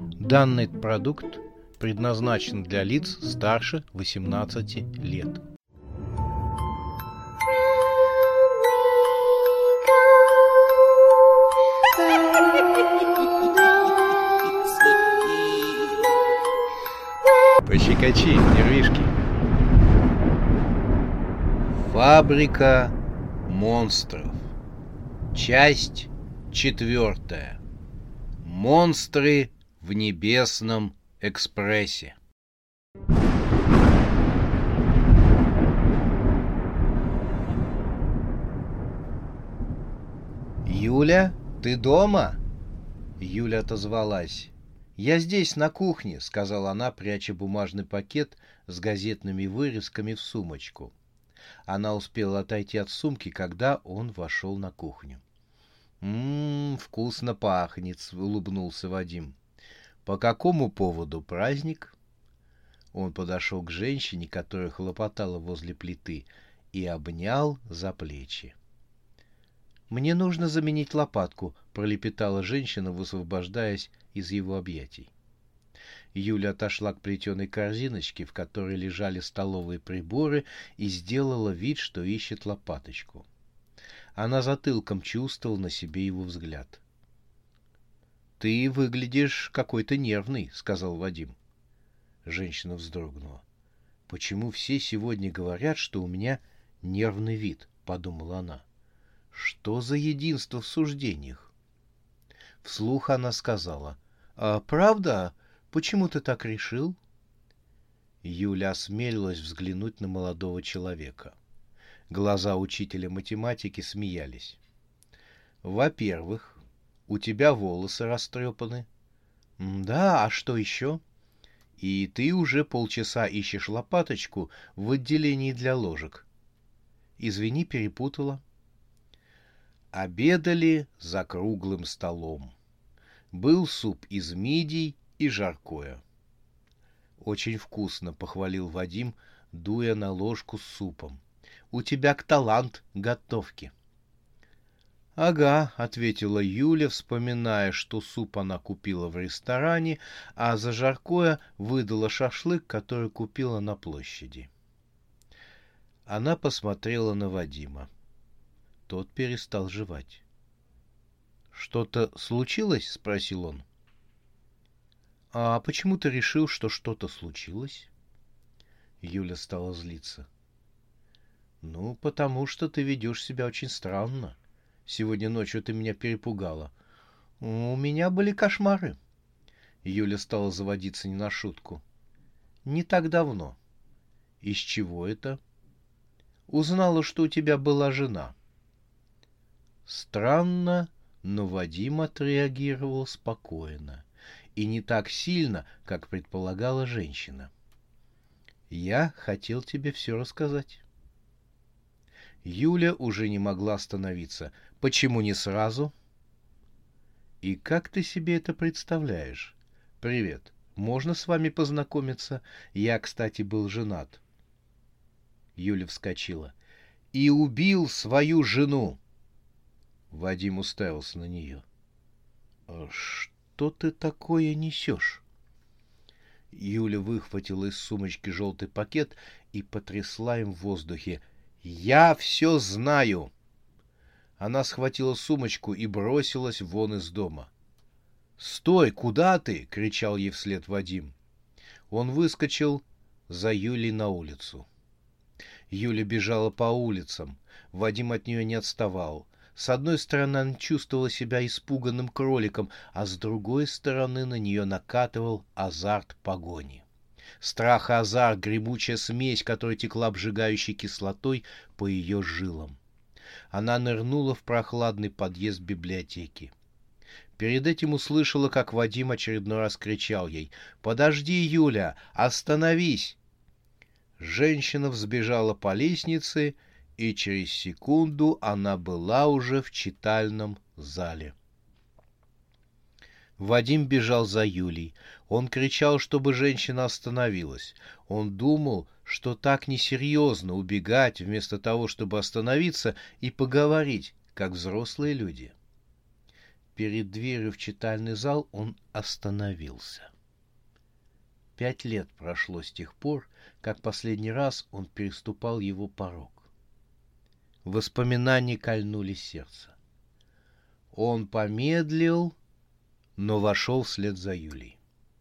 Данный продукт предназначен для лиц старше 18 лет. Пощекочи нервишки. Фабрика монстров. Часть 4. Монстры в небесном экспрессе. «Юля, ты дома?» Юля отозвалась. «Я здесь, на кухне», — сказала она, пряча бумажный пакет с газетными вырезками в сумочку. Она успела отойти от сумки, когда он вошел на кухню. Вкусно пахнет», — улыбнулся Вадим. «По какому поводу праздник?» Он подошел к женщине, которая хлопотала возле плиты, и обнял за плечи. «Мне нужно заменить лопатку», — пролепетала женщина, высвобождаясь из его объятий. Юля отошла к плетеной корзиночке, в которой лежали столовые приборы, и сделала вид, что ищет лопаточку. Она затылком чувствовала на себе его взгляд. «Ты выглядишь какой-то нервный», — сказал Вадим. Женщина вздрогнула. «Почему все сегодня говорят, что у меня нервный вид?» — подумала она. «Что за единство в суждениях?» Вслух она сказала: «А правда? Почему ты так решил?» Юля осмелилась взглянуть на молодого человека. Глаза учителя математики смеялись. «Во-первых, у тебя волосы растрепаны». «Да, а что еще?» «И ты уже полчаса ищешь лопаточку в отделении для ложек». «Извини, перепутала». Обедали за круглым столом. Был суп из мидий и жаркое. «Очень вкусно», — похвалил Вадим, дуя на ложку с супом. «У тебя талант готовки». «Ага», — ответила Юля, вспоминая, что суп она купила в ресторане, а за жаркое выдала шашлык, который купила на площади. Она посмотрела на Вадима. Тот перестал жевать. «Что-то случилось?» — спросил он. «А почему ты решил, что что-то случилось?» Юля стала злиться. «Ну, потому что ты ведешь себя очень странно. Сегодня ночью ты меня перепугала. У меня были кошмары». Юля стала заводиться не на шутку. «Не так давно». «Из чего это?» «Узнала, что у тебя была жена». Странно, но Вадим отреагировал спокойно. И не так сильно, как предполагала женщина. «Я хотел тебе все рассказать». Юля уже не могла остановиться. «Почему не сразу?» «И как ты себе это представляешь? Привет. Можно с вами познакомиться? Я, кстати, был женат». Юля вскочила. «И убил свою жену!» Вадим уставился на нее. «Что ты такое несешь?» Юля выхватила из сумочки желтый пакет и потрясла им в воздухе. «Я все знаю!» Она схватила сумочку и бросилась вон из дома. «Стой! Куда ты?» — кричал ей вслед Вадим. Он выскочил за Юлей на улицу. Юля бежала по улицам. Вадим от нее не отставал. С одной стороны, она чувствовала себя испуганным кроликом, а с другой стороны на нее накатывал азарт погони. Страх и азарт — гремучая смесь, которая текла обжигающей кислотой по ее жилам. Она нырнула в прохладный подъезд библиотеки. Перед этим услышала, как Вадим очередной раз кричал ей: «Подожди, Юля, остановись!» Женщина взбежала по лестнице, и через секунду она была уже в читальном зале. Вадим бежал за Юлей. Он кричал, чтобы женщина остановилась. Он думал, что так несерьезно убегать, вместо того, чтобы остановиться и поговорить, как взрослые люди. перед дверью в читальный зал, он остановился. 5 лет прошло с тех пор, как последний раз он переступал его порог. Воспоминания кольнули сердце. Он помедлил, но вошел вслед за Юлей.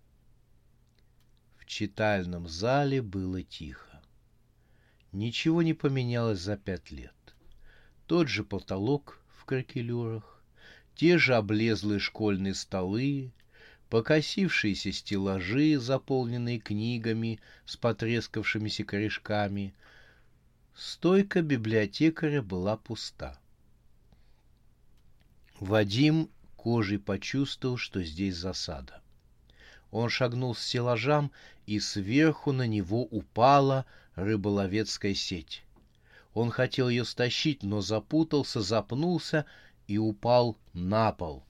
В читальном зале было тихо. Ничего не поменялось за 5 лет. Тот же потолок в кракелюрах, те же облезлые школьные столы, покосившиеся стеллажи, заполненные книгами с потрескавшимися корешками. Стойка библиотекаря была пуста. Вадим кожей почувствовал, что здесь засада. Он шагнул к стеллажам, и сверху на него упала рыболовецкая сеть. Он хотел ее стащить, но запутался, запнулся и упал на пол.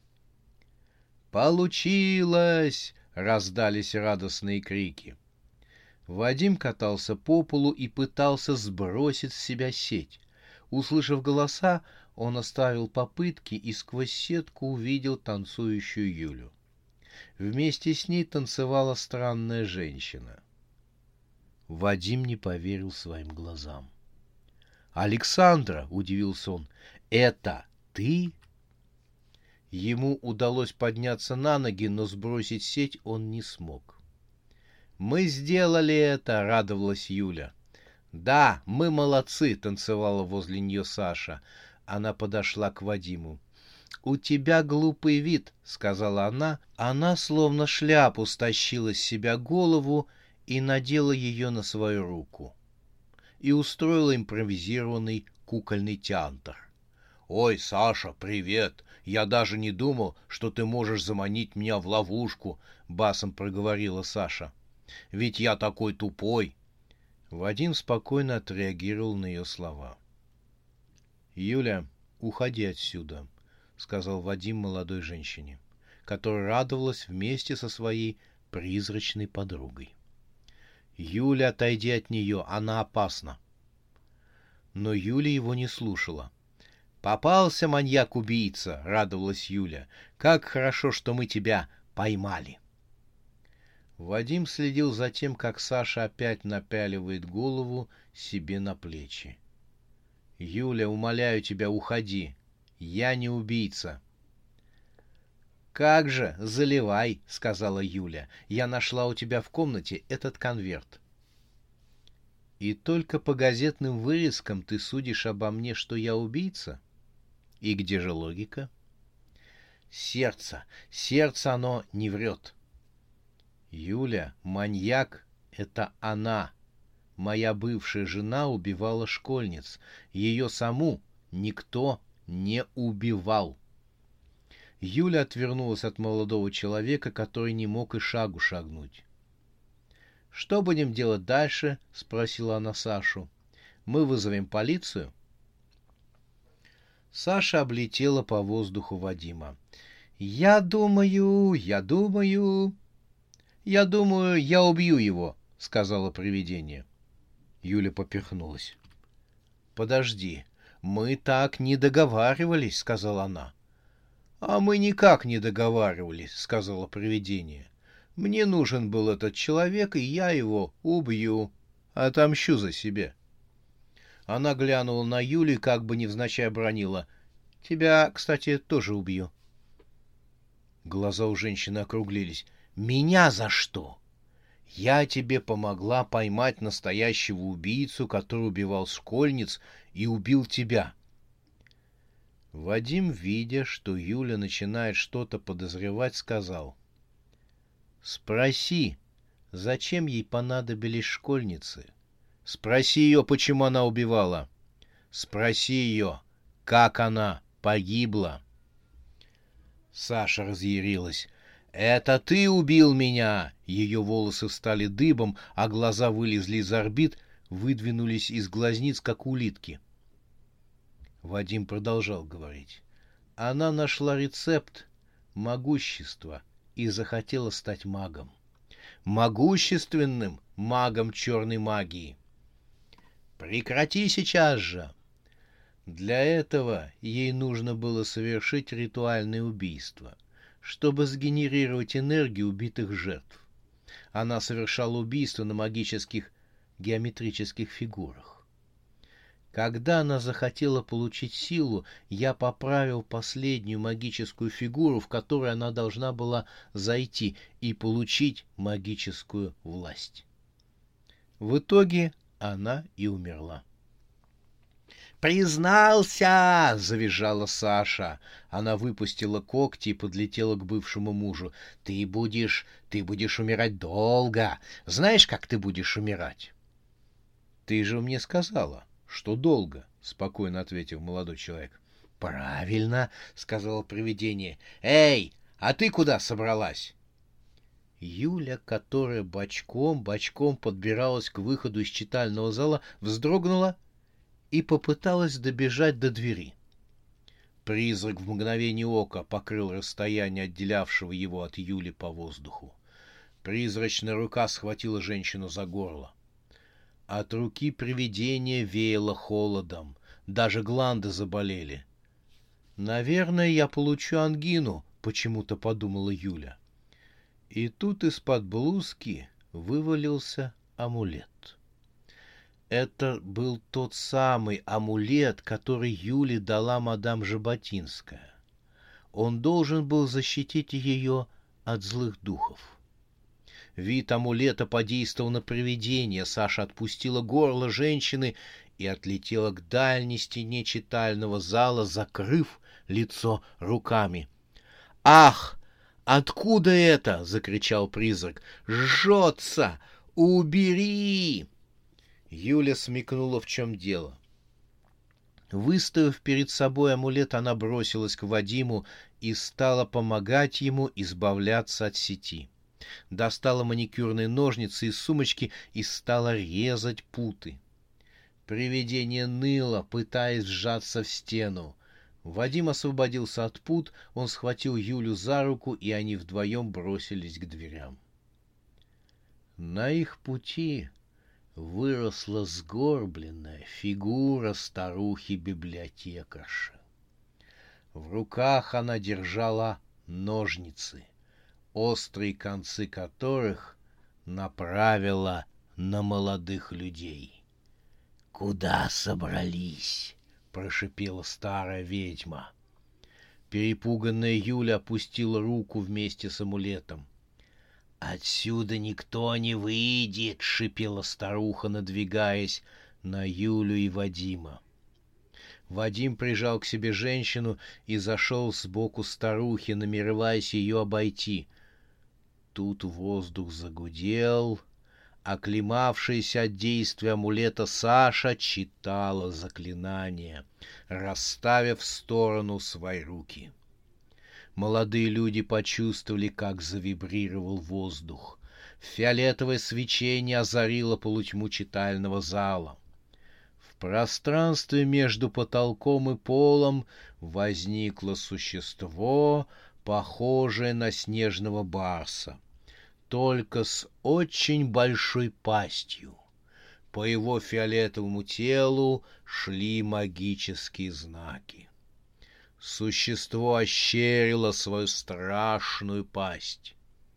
«Получилось!» — раздались радостные крики. Вадим катался по полу и пытался сбросить с себя сеть. Услышав голоса, он оставил попытки и сквозь сетку увидел танцующую Юлю. Вместе с ней танцевала странная женщина. Вадим не поверил своим глазам. «Александра!» — удивился он. «Это ты?» Ему удалось подняться на ноги, но сбросить сеть он не смог. «Мы сделали это!» — радовалась Юля. «Да, мы молодцы!» — танцевала возле нее Саша. Она подошла к Вадиму. «У тебя глупый вид», — сказала она. Она словно шляпу стащила с себя голову и надела ее на свою руку. И устроила импровизированный кукольный театр. «Ой, Саша, привет! Я даже не думал, что ты можешь заманить меня в ловушку», — басом проговорила Саша. «Ведь я такой тупой». Вадим спокойно отреагировал на ее слова. «Юля, уходи отсюда», — сказал Вадим молодой женщине, которая радовалась вместе со своей призрачной подругой. «Юля, отойди от нее, она опасна». Но Юля его не слушала. «Попался маньяк-убийца», — радовалась Юля. «Как хорошо, что мы тебя поймали». Вадим следил за тем, как Саша опять напяливает голову себе на плечи. «Юля, умоляю тебя, уходи. Я не убийца». «Как же, заливай», — сказала Юля. «Я нашла у тебя в комнате этот конверт». «И только по газетным вырезкам ты судишь обо мне, что я убийца? И где же логика?» «Сердце оно не врет». «Юля, маньяк — это она. Моя бывшая жена убивала школьниц. Ее саму никто не убивал». Юля отвернулась от молодого человека, который не мог и шагу шагнуть. «Что будем делать дальше?» — спросила она Сашу. «Мы вызовем полицию?» Саша облетела по воздуху Вадима. «Я думаю, я убью его», — сказала привидение. Юля поперхнулась. «Подожди, мы так не договаривались», — сказала она. «А мы никак не договаривались», — сказала привидение. «Мне нужен был этот человек, и я его убью, отомщу за себя». Она глянула на Юлю и как бы невзначай бранила. «Тебя, кстати, тоже убью». Глаза у женщины округлились. «Меня за что? Я тебе помогла поймать настоящего убийцу, который убивал школьниц и убил тебя». Вадим, видя, что Юля начинает что-то подозревать, сказал: «Спроси, зачем ей понадобились школьницы? Спроси ее, почему она убивала. Спроси ее, как она погибла». Саша разъярилась. «Это ты убил меня!» Ее волосы стали дыбом, а глаза вылезли из орбит, выдвинулись из глазниц, как улитки. Вадим продолжал говорить. Она нашла рецепт могущества и захотела стать магом. Для этого ей нужно было совершить ритуальное убийство, чтобы сгенерировать энергию убитых жертв. Она совершала убийство на магических геометрических фигурах. Когда она захотела получить силу, я поправил последнюю магическую фигуру, в которой она должна была зайти и получить магическую власть. В итоге она и умерла. «Признался!» — завизжала Саша. Она выпустила когти и подлетела к бывшему мужу. Ты будешь умирать долго. Знаешь, как ты будешь умирать?» «Ты же мне сказала, что долго», — спокойно ответил молодой человек. «Правильно», — сказала привидение. «Эй, а ты куда собралась?» Юля, которая бочком подбиралась к выходу из читального зала, вздрогнула и попыталась добежать до двери. Призрак в мгновение ока покрыл расстояние, отделявшего его от Юли по воздуху. Призрачная рука схватила женщину за горло. От руки привидения веяло холодом, даже гланды заболели. «Наверное, я получу ангину», — почему-то подумала Юля. И тут из-под блузки вывалился амулет. Это был тот самый амулет, который Юле дала мадам Жаботинская. Он должен был защитить ее от злых духов. Вид амулета подействовал на привидение. Саша отпустила горло женщины и отлетела к дальней стене читального зала, закрыв лицо руками. «Ах! Откуда это?» — закричал призрак. «Жжется! Убери!» Юля смекнула, в чем дело. Выставив перед собой амулет, она бросилась к Вадиму и стала помогать ему избавляться от сети. Достала маникюрные ножницы из сумочки и стала резать путы. Привидение ныло, пытаясь сжаться в стену. Вадим освободился от пут, он схватил Юлю за руку, и они вдвоем бросились к дверям. На их пути выросла сгорбленная фигура старухи-библиотекарши. В руках она держала ножницы, острые концы которых направила на молодых людей. «Куда собрались?» — прошипела старая ведьма. Перепуганная Юля опустила руку вместе с амулетом. «Отсюда никто не выйдет!» — шипела старуха, надвигаясь на Юлю и Вадима. Вадим прижал к себе женщину и зашел сбоку старухи, намереваясь ее обойти. Тут воздух загудел. Оклемавшаяся от действия амулета Саша читала заклинание, расставив в сторону свои руки. Молодые люди почувствовали, как завибрировал воздух. Фиолетовое свечение озарило полутьму читального зала. В пространстве между потолком и полом возникло существо, похожее на снежного барса, только с очень большой пастью. По его фиолетовому телу шли магические знаки. Существо ощерило свою страшную пасть.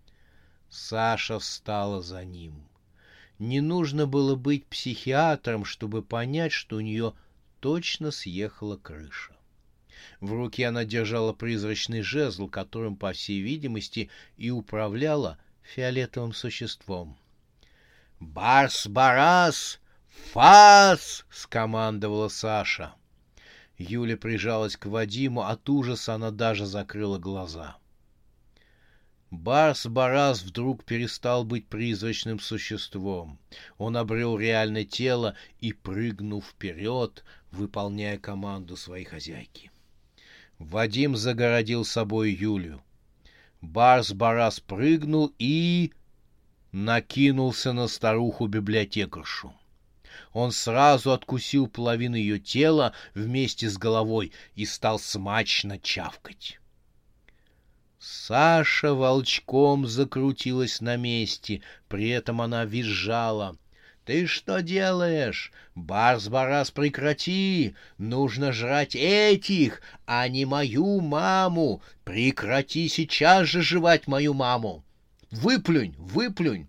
Саша встала за ним. Не нужно было быть психиатром, чтобы понять, что у нее точно съехала крыша. В руке она держала призрачный жезл, которым, по всей видимости, и управляла фиолетовым существом. «Барс-барас! Фас!» — скомандовала Саша. Юля прижалась к Вадиму, от ужаса она даже закрыла глаза. Барс-барас вдруг перестал быть призрачным существом. Он обрел реальное тело и прыгнул вперед, выполняя команду своей хозяйки. Вадим загородил собой Юлю. Барс-барас прыгнул и накинулся на старуху-библиотекаршу. Он сразу откусил половину ее тела вместе с головой и стал смачно чавкать. Саша волчком закрутилась на месте, при этом она визжала. «Ты что делаешь? Барс-барас, прекрати! Нужно жрать этих, а не мою маму! Прекрати сейчас же жевать мою маму! Выплюнь, выплюнь!»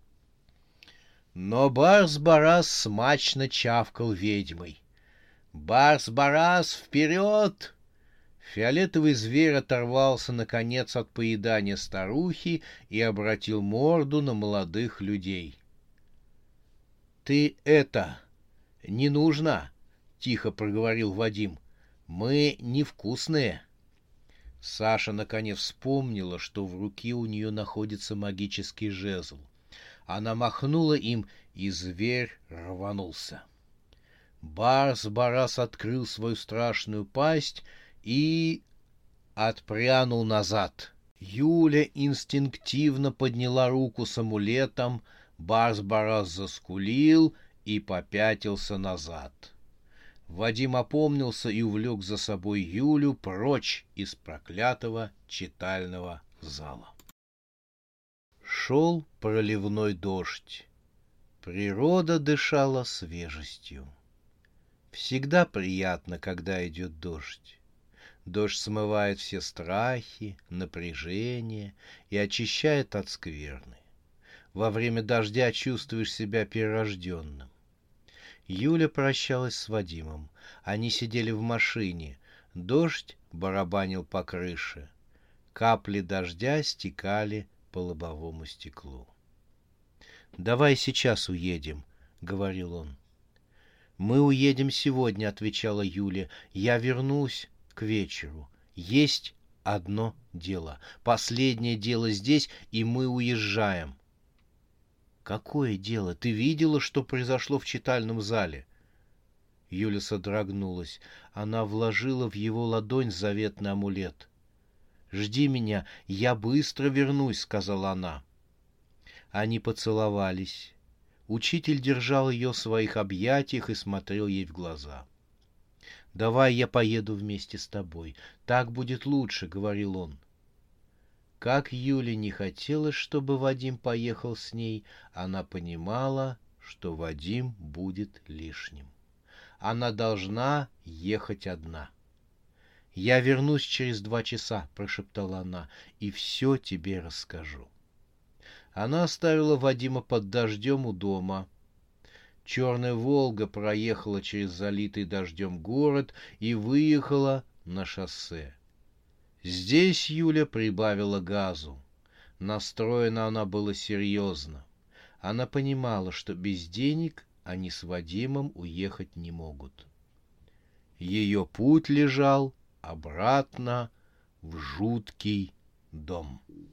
Но Барс-барас смачно чавкал ведьмой. «Барс-барас, вперед!» Фиолетовый зверь оторвался, наконец, от поедания старухи и обратил морду на молодых людей. «Ты это... не нужно!» — тихо проговорил Вадим. «Мы невкусные!» Саша наконец вспомнила, что в руке у нее находится магический жезл. Она махнула им, и зверь рванулся. Барс-барас открыл свою страшную пасть и отпрянул назад. Юля инстинктивно подняла руку с амулетом, Барс-барас заскулил и попятился назад. Вадим опомнился и увлек за собой Юлю прочь из проклятого читального зала. Шел проливной дождь. Природа дышала свежестью. Всегда приятно, когда идет дождь. Дождь смывает все страхи, напряжение и очищает от скверны. Во время дождя чувствуешь себя перерожденным. Юля прощалась с Вадимом. Они сидели в машине. Дождь барабанил по крыше. Капли дождя стекали по лобовому стеклу. «Давай сейчас уедем», — говорил он. «Мы уедем сегодня», — отвечала Юля. «Я вернусь к вечеру. Есть одно дело. Последнее дело здесь, и мы уезжаем». «Какое дело? Ты видела, что произошло в читальном зале?» Юля содрогнулась. Она вложила в его ладонь заветный амулет. «Жди меня, я быстро вернусь», — сказала она. Они поцеловались. Учитель держал ее в своих объятиях и смотрел ей в глаза. «Давай я поеду вместе с тобой. Так будет лучше», — говорил он. Как Юле не хотелось, чтобы Вадим поехал с ней, она понимала, что Вадим будет лишним. Она должна ехать одна. «Я вернусь через 2 часа», — прошептала она, — «и все тебе расскажу». Она оставила Вадима под дождем у дома. Черная «Волга» проехала через залитый дождем город и выехала на шоссе. Здесь Юля прибавила газу. Настроена она была серьезно. Она понимала, что без денег они с Вадимом уехать не могут. Ее путь лежал обратно в жуткий дом.